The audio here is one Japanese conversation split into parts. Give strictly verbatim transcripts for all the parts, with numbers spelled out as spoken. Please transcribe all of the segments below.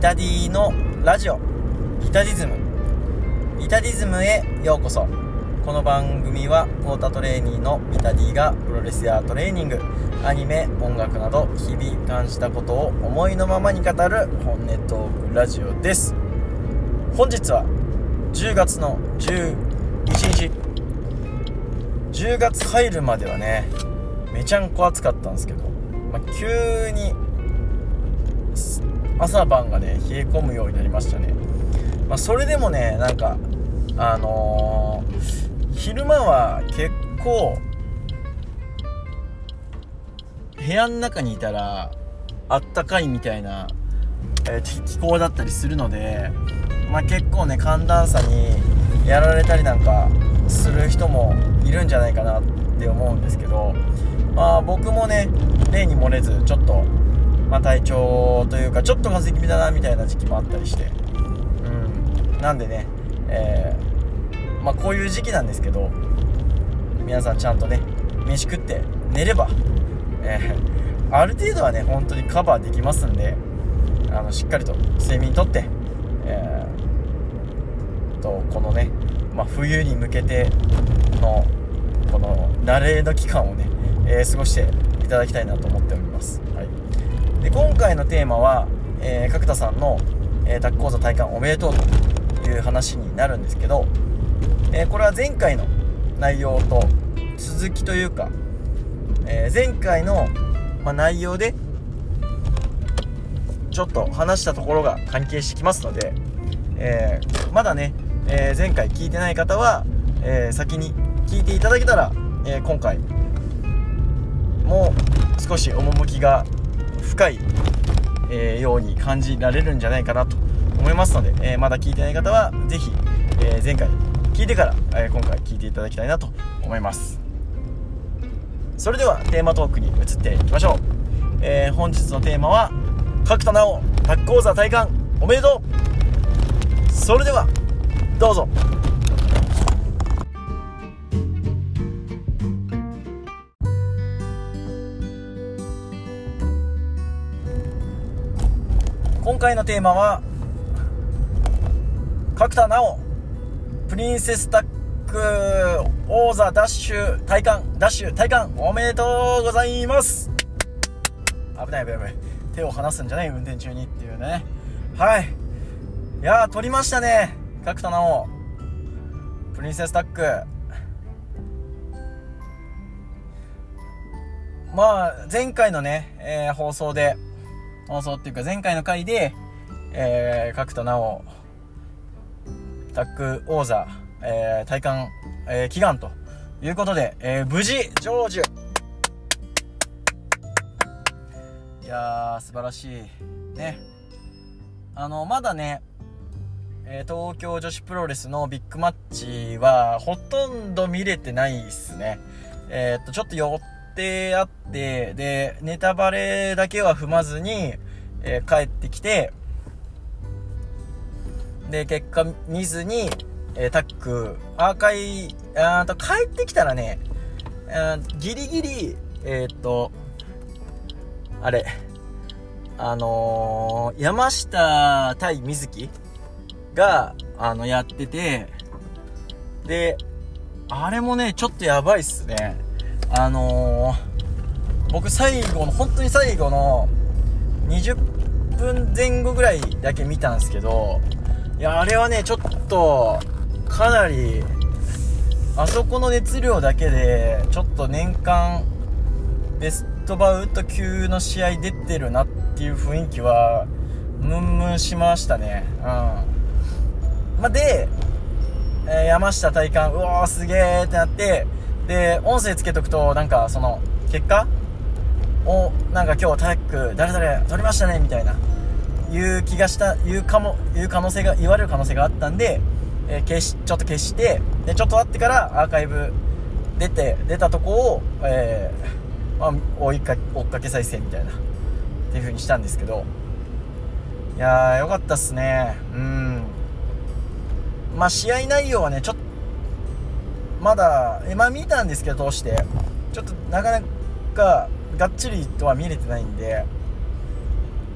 タディのラジオビタディズムビタディズムへようこそ。この番組はポータトレーニーのビタディがプロレスやトレーニング、アニメ、音楽など日々感じたことを思いのままに語る本音トークラジオです。本日はじゅうがつのじゅういちにち、じゅうがつ入るまではねめちゃんこ暑かったんですけど、まあ、急に朝晩がね冷え込むようになりましたね。まあ、それでもねなんかあのー、昼間は結構部屋の中にいたらあったかいみたいな、えー、気候だったりするので、まあ、結構ね寒暖差にやられたりなんかする人もいるんじゃないかなって思うんですけど、まあ僕もね例に漏れずちょっと、まあ、体調というかちょっと風邪気味だなみたいな時期もあったりして、うんなんでね、えー、まあこういう時期なんですけど、皆さんちゃんとね飯食って寝れば、えー、ある程度はね本当にカバーできますんで、あのしっかりと睡眠とって、えー、とこのね、まあ、冬に向けてのこの慣れの期間をね、えー、過ごしていただきたいなと思っております。はい、で今回のテーマは、えー、角田さんの、えー、タッグ講座体感おめでとうという話になるんですけど、えー、これは前回の内容と続きというか、えー、前回の、まあ、内容でちょっと話したところが関係してきますので、えー、まだね、えー、前回聞いてない方は、えー、先に聞いていただけたら、えー、今回もう少し趣が深い、えー、ように感じられるんじゃないかなと思いますので、えー、まだ聞いてない方はぜひ、えー、前回聞いてから、えー、今回聞いていただきたいなと思います。それではテーマトークに移っていきましょう。えー、本日のテーマは角田直タッグ講座体感おめでとう。それではどうぞ。今回のテーマは角田直プリンセスタッグ王座ダッシュ体感ダッシュ体感おめでとうございます。危ない危ない危ない、手を離すんじゃない運転中にっていうね。はい、いやー取りましたね角田直プリンセスタッグ。まあ前回のね、えー、放送で放送っていうか前回の回で、えー、角田直タッグ王座、えー、体感、えー、祈願ということで、えー、無事成就。いやー素晴らしいね。あのまだね、えー、東京女子プロレスのビッグマッチはほとんど見れてないっすね。えー、っとちょっと寄ってあって、でネタバレだけは踏まずに、えー、帰ってきて、で結果見ずに、えー、タッグアーカイあーと帰ってきたらね、あギリギリえー、っとあれあのー、山下対水木があのやってて、であれもねちょっとやばいっすね。あのー、僕最後の本当に最後のにじゅっぷんぜん後ぐらいだけ見たんですけど、いやあれはねちょっとかなりあそこの熱量だけでちょっと年間ベストバウト級の試合出てるなっていう雰囲気はムンムンしましたね。うん。まあ、で、えー、山下体感うわーすげーってなって、で音声つけとくとなんかその結果をなんか今日タッグ誰々取りましたねみたいないう気がしたいうかもいう可能性が言われる可能性があったんで、えー、消しちょっと消してでちょっと待ってからアーカイブ出て出たとこを、えーまあ、追いか追っかけ再生みたいなっていう風にしたんですけど、いやーよかったっすね。うんまあ試合内容はねちょっとまだまあ見たんですけど通してちょっとなかなかがっちりとは見れてないんで、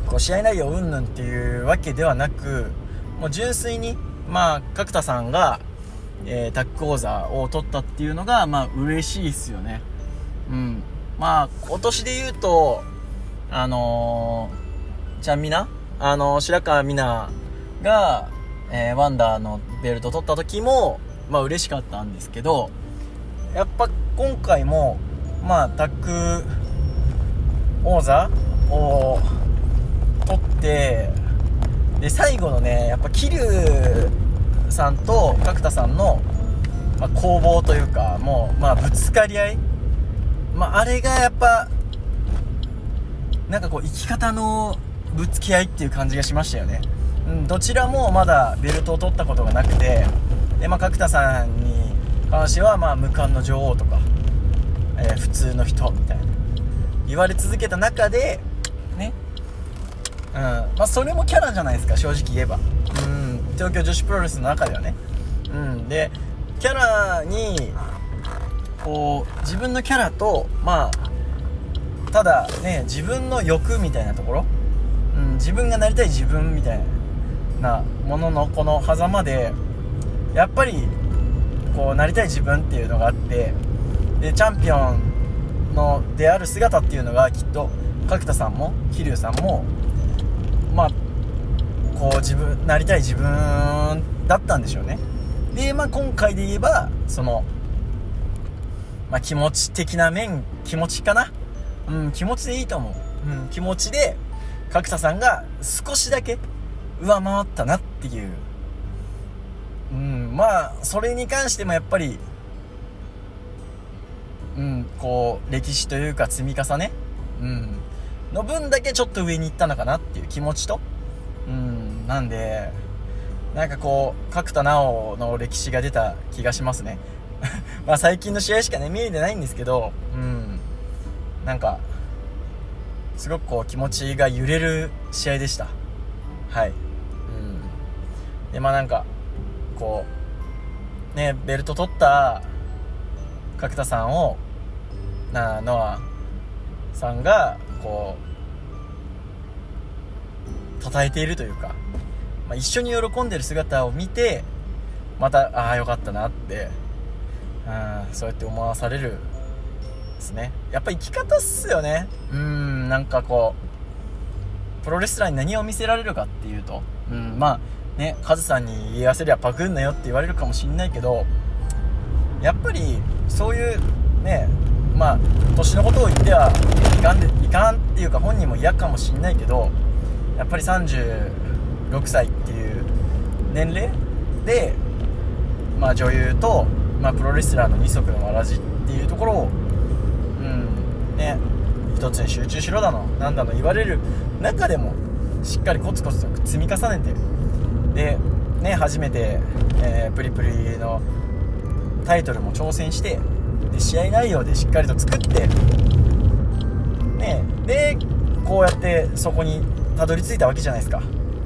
こう試合内容うんぬんっていうわけではなく、もう純粋にまあ角田さんが、えー、タッグ王座を取ったっていうのがまあ嬉しいですよね。うん。まあ今年で言うとあのー、ちゃんみなあのー、白川みなが、えー、ワンダーのベルト取った時もまあ嬉しかったんですけど、やっぱ今回もまあタッグ王座を取ってで最後のねやっぱ桐生さんと角田さんの、まあ、攻防というかもうまあぶつかり合い、まあ、あれがやっぱなんかこう生き方のぶつけ合いっていう感じがしましたよね。うん、どちらもまだベルトを取ったことがなくてで、まあ、角田さんに関してはまあ無冠の女王とか、えー、普通の人みたいな言われ続けた中でね、うん、まあそれもキャラじゃないですか正直言えば。うん東京女子プロレスの中ではね、うん、でキャラにこう自分のキャラとまあただね自分の欲みたいなところ、うん、自分がなりたい自分みたいなもののこの狭間でやっぱりこうなりたい自分っていうのがあって、でチャンピオンのである姿っていうのがきっと角田さんも桐生さんもまあこう自分なりたい自分だったんでしょうね。でまあ今回で言えばそのまあ気持ち的な面気持ちかな、うん気持ちでいいと思う、うん気持ちで角田さんが少しだけ上回ったなっていう、うんまあそれに関してもやっぱりうんこう歴史というか積み重ね、うんの分だけちょっと上に行ったのかなっていう気持ちと、うんなんでなんかこう角田直の歴史が出た気がしますねまあ最近の試合しかね見えてないんですけど、うんなんかすごくこう気持ちが揺れる試合でした。はい、うん、でまあなんかこうねベルト取った角田さんをなノアさんがこう称えているというか、まあ、一緒に喜んでる姿を見てまたああよかったなって、うん、そうやって思わされるですね。やっぱ生き方っすよね。うーんなんかこうプロレスラーに何を見せられるかっていうと、うんまあねカズさんに言わせりゃパクんなよって言われるかもしんないけど、やっぱりそういうねまあ年のことを言ってはいかんでいかんっていうか本人も嫌かもしんないけど、やっぱりさんじゅうろくさいっていう年齢で、まあ、女優と、まあ、プロレスラーの二足のわらじっていうところを、うんね、一つに集中しろだのなんだの言われる中でもしっかりコツコツと積み重ねてで、ね、初めて、えー、プリプリのタイトルも挑戦してで試合内容でしっかりと作って、ね、でこうやってそこにたどり着いたわけじゃないですか。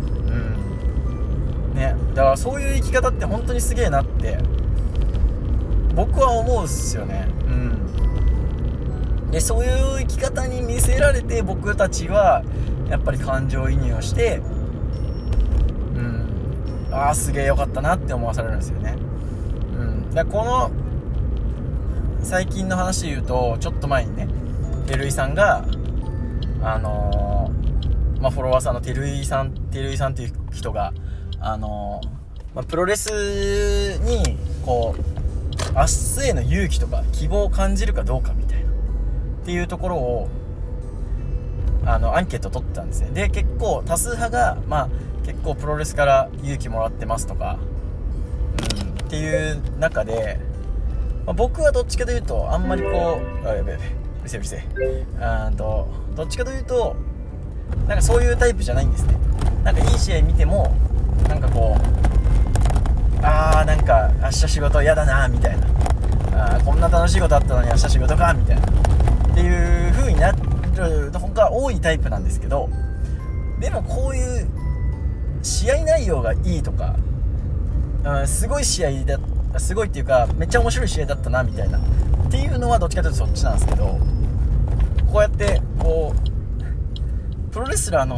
うんね、だからそういう生き方って本当にすげえなって僕は思うっすよね。うんでそういう生き方に見せられて僕たちはやっぱり感情移入をしてうんああすげえよかったなって思わされるんですよね。うんだからこの最近の話で言うとちょっと前にね照井さんがあのー、まあフォロワーさんの照井さん照井さんっていう人があのーまあ、プロレスにこう明日への勇気とか希望を感じるかどうかみたいなっていうところをあのアンケート取ってたんですね。で結構多数派がまあ結構プロレスから勇気もらってますとか、うん、っていう中で、まあ、僕はどっちかというとあんまりこうあやべやべうるせえうるせえあーとどっちかというとなんかそういうタイプじゃないんですね。なんかいい試合見てもなんかこうあーなんか明日仕事嫌だなみたいなあーこんな楽しいことあったのに明日仕事かみたいなっていう風になる方が多いタイプなんですけど、でもこういう試合内容がいいとか、うん、すごい試合だすごいっていうかめっちゃ面白い試合だったなみたいなっていうのはどっちかというとそっちなんですけど、こうやってこうプロレスラーの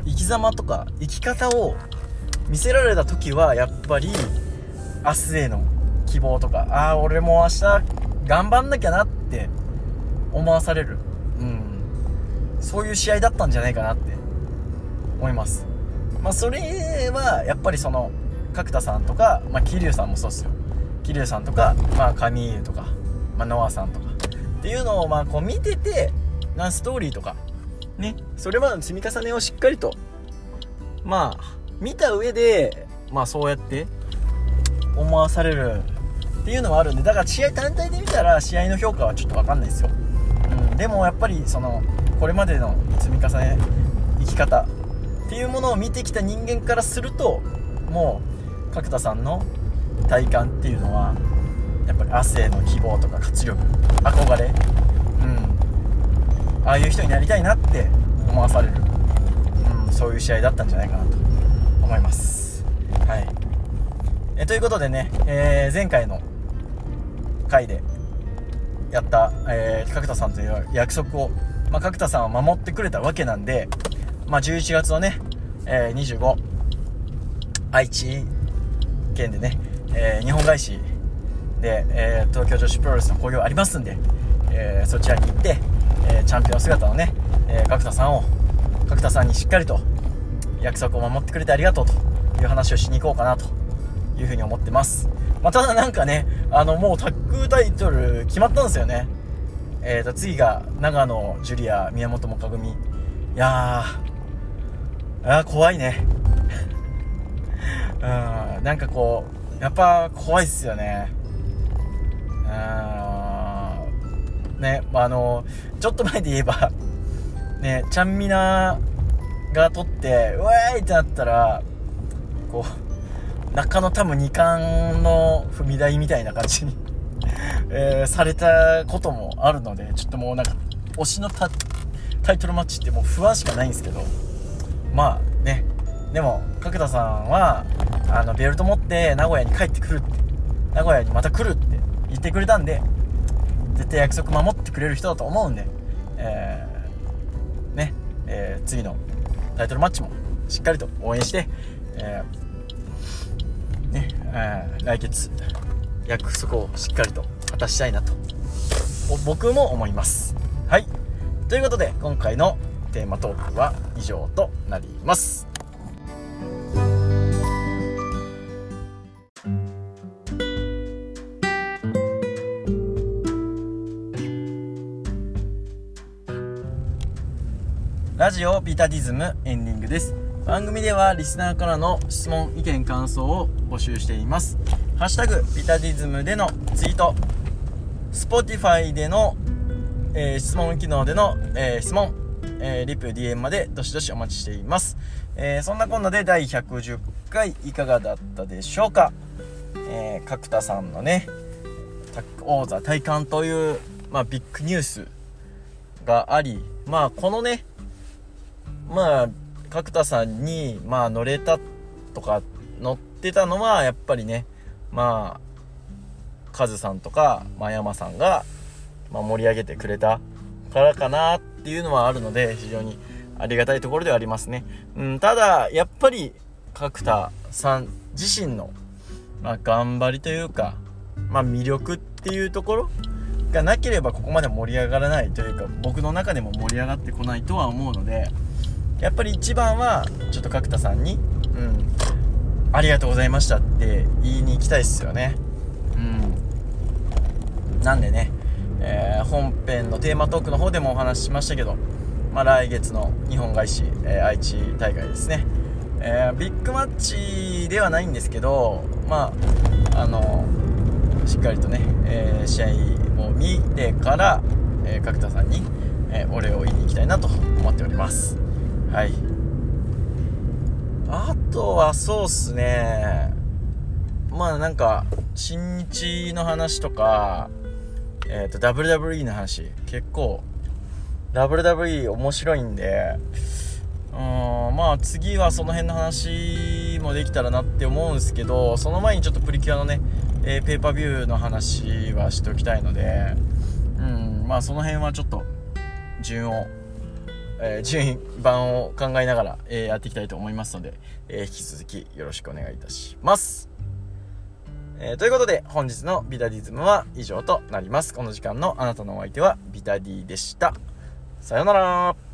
生き様とか生き方を見せられた時はやっぱり明日への希望とか、ああ俺も明日頑張んなきゃなって思わされる、うん、そういう試合だったんじゃないかなって思います。まあそれはやっぱりその角田さんとか、まあ、桐生さんもそうですよ。桐生さんとか、まあ、カミーユとか、まあ、ノアさんとかっていうのをまあこう見てて、なストーリーとかね、それまでの積み重ねをしっかりとまあ見た上で、まあそうやって思わされるっていうのはあるんで、だから試合単体で見たら試合の評価はちょっと分かんないですよ、うん、でもやっぱりそのこれまでの積み重ね生き方っていうものを見てきた人間からすると、もう角田さんの体感っていうのはやっぱり明日への希望とか活力、憧れ、うん、ああいう人になりたいなって思わされる、うん、そういう試合だったんじゃないかなと思います。はい。えということでね、えー、前回の回でやった、えー、角田さんという約束を、まあ、角田さんは守ってくれたわけなんで、まあ、じゅういちがつのね、えー、にじゅうご愛知県でね、えー、日本外資で、えー、東京女子プロレスの興行ありますんで、えー、そちらに行って、えー、チャンピオン姿のね、えー、角田さんを角田さんにしっかりと約束を守ってくれてありがとうという話をしに行こうかなというふうに思ってます。まあ、ただなんかね、あのもうタッグタイトル決まったんですよね。えーと次が長野ジュリア宮本もか組。いやーあー怖いねうん、なんかこうやっぱ怖いっすよね。うんね、あのちょっと前で言えばね、ちゃんみなが取ってうわーいってなったらこう中野多分に冠の踏み台みたいな感じに、えー、されたこともあるので、ちょっともうなんか推しの タ, タイトルマッチってもう不安しかないんですけど、まあね、でも角田さんはあのベルト持って名古屋に帰ってくるって、名古屋にまた来るって言ってくれたんで、絶対約束守ってくれる人だと思うんで、えー、ね、えー、次のタイトルマッチもしっかりと応援して、えーねえー、来月約束をしっかりと果たしたいなと僕も思います。はい、ということで今回のテーマトークは以上となります。ラジオビタディズムエンディングです。番組ではリスナーからの質問、意見、感想を募集しています。ハッシュタグビタディズムでのツイート、 Spotify での、えー、質問機能での、えー、質問、えー、リプ ディーエム までどしどしお待ちしています。えー、そんなこんなでだいひゃくじゅっかいいかがだったでしょうか。えー、角田さんのね王座体感という、まあ、ビッグニュースがあり、まあこのねまあ角田さんにまあ乗れたとか乗ってたのはやっぱりね、まあカズさんとか真山さんが、まあ、盛り上げてくれたからかなっていうのはあるので、非常にありがたいところではありますね。うん、ただやっぱり角田さん自身の、まあ、頑張りというか、まあ、魅力っていうところがなければここまで盛り上がらないというか、僕の中でも盛り上がってこないとは思うので、やっぱり一番はちょっと角田さんに、うん、ありがとうございましたって言いに行きたいですよね。うん、なんでね、えー、本編のテーマトークの方でもお話ししましたけど、まあ、来月の日本外資、えー、愛知大会ですね、えー、ビッグマッチではないんですけど、まああのしっかりとね、えー、試合を見てから、えー、角田さんに、えー、お礼を言いに行きたいなと思っております。はい。あとはそうっすね、まあなんか新日の話とか、えっと ダブリューダブリューイー の話、結構 ダブリューダブリューイー 面白いんで、うーん、まあ次はその辺の話もできたらなって思うんですけど、その前にちょっとプリキュアのね、えー、ペーパービューの話はしておきたいので、うん、まあその辺はちょっと順をえー、順番を考えながら、えー、やっていきたいと思いますので、えー、引き続きよろしくお願いいたします。えー、ということで本日のビタディズムは以上となります。この時間のあなたのお相手はビタディでした。さようなら。